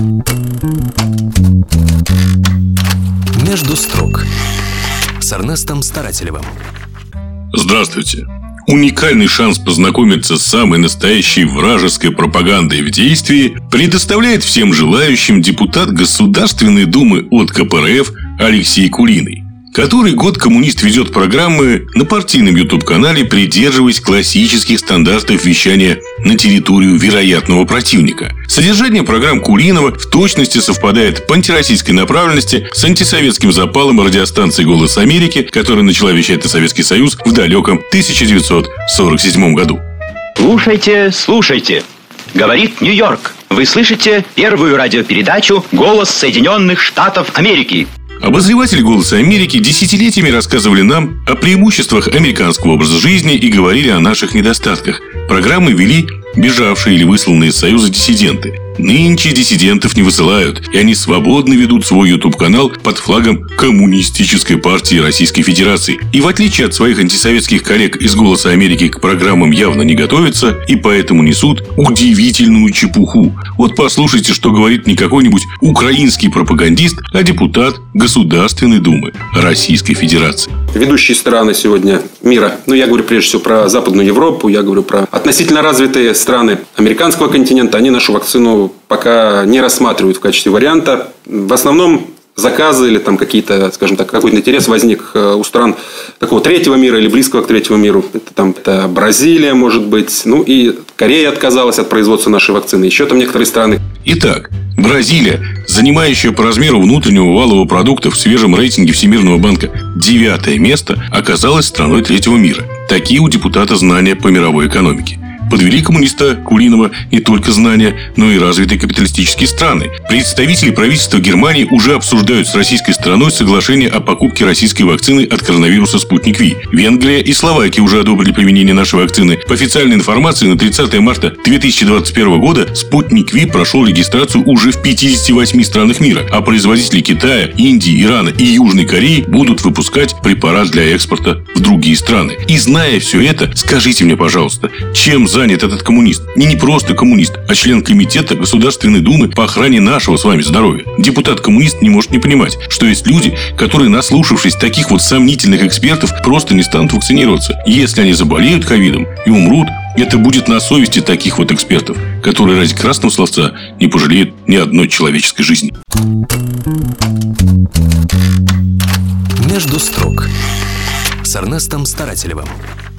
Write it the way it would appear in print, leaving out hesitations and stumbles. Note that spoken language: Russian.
Между строк с Эрнестом Старателевым. Здравствуйте. Уникальный шанс познакомиться с самой настоящей вражеской пропагандой в действии предоставляет всем желающим депутат Государственной Думы от КПРФ Алексей Кулиный. Который год коммунист ведет программы на партийном YouTube-канале, придерживаясь классических стандартов вещания на территорию вероятного противника. Содержание программ Кулинова в точности совпадает по антироссийской направленности с антисоветским запалом радиостанции «Голос Америки», которая начала вещать на Советский Союз в далеком 1947 году. Слушайте, слушайте. Говорит Нью-Йорк. Вы слышите первую радиопередачу «Голос Соединенных Штатов Америки». Обозреватели «Голоса Америки» десятилетиями рассказывали нам о преимуществах американского образа жизни и говорили о наших недостатках. Программы вели бежавшие или высланные из Союза диссиденты. Нынче диссидентов не высылают, и они свободно ведут свой YouTube-канал под флагом Коммунистической партии Российской Федерации. И в отличие от своих антисоветских коллег из «Голоса Америки» к программам явно не готовятся, и поэтому несут удивительную чепуху. Вот послушайте, что говорит не какой-нибудь украинский пропагандист, а депутат Государственной Думы Российской Федерации. Ведущие страны сегодня мира, я говорю прежде всего про Западную Европу, я говорю про относительно развитые страны американского континента, они нашу вакцину пока не рассматривают в качестве варианта. В основном заказы или там какие-то, скажем так, какой-то интерес возник у стран такого третьего мира или близкого к третьему миру. Это Бразилия, может быть, и Корея отказалась от производства нашей вакцины, еще там некоторые страны. Итак, Бразилия, занимающая по размеру внутреннего валового продукта в свежем рейтинге Всемирного банка 9 место, оказалась страной третьего мира. Такие у депутата знания по мировой экономике. Подвели коммуниста Кулинова не только знания, но и развитые капиталистические страны. Представители правительства Германии уже обсуждают с российской стороной соглашение о покупке российской вакцины от коронавируса «Спутник Ви». Венгрия и Словакия уже одобрили применение нашей вакцины. По официальной информации, на 30 марта 2021 года «Спутник Ви» прошел регистрацию уже в 58 странах мира, а производители Китая, Индии, Ирана и Южной Кореи будут выпускать препарат для экспорта в другие страны. И зная все это, скажите мне, пожалуйста, чем занят этот коммунист? Не просто коммунист, а член комитета Государственной Думы по охране нашего с вами здоровья. Депутат-коммунист не может не понимать, что есть люди, которые, наслушавшись таких сомнительных экспертов, просто не станут вакцинироваться. Если они заболеют ковидом и умрут, это будет на совести таких экспертов, которые ради красного словца не пожалеют ни одной человеческой жизни. Между строк с Эрнестом Старателевым.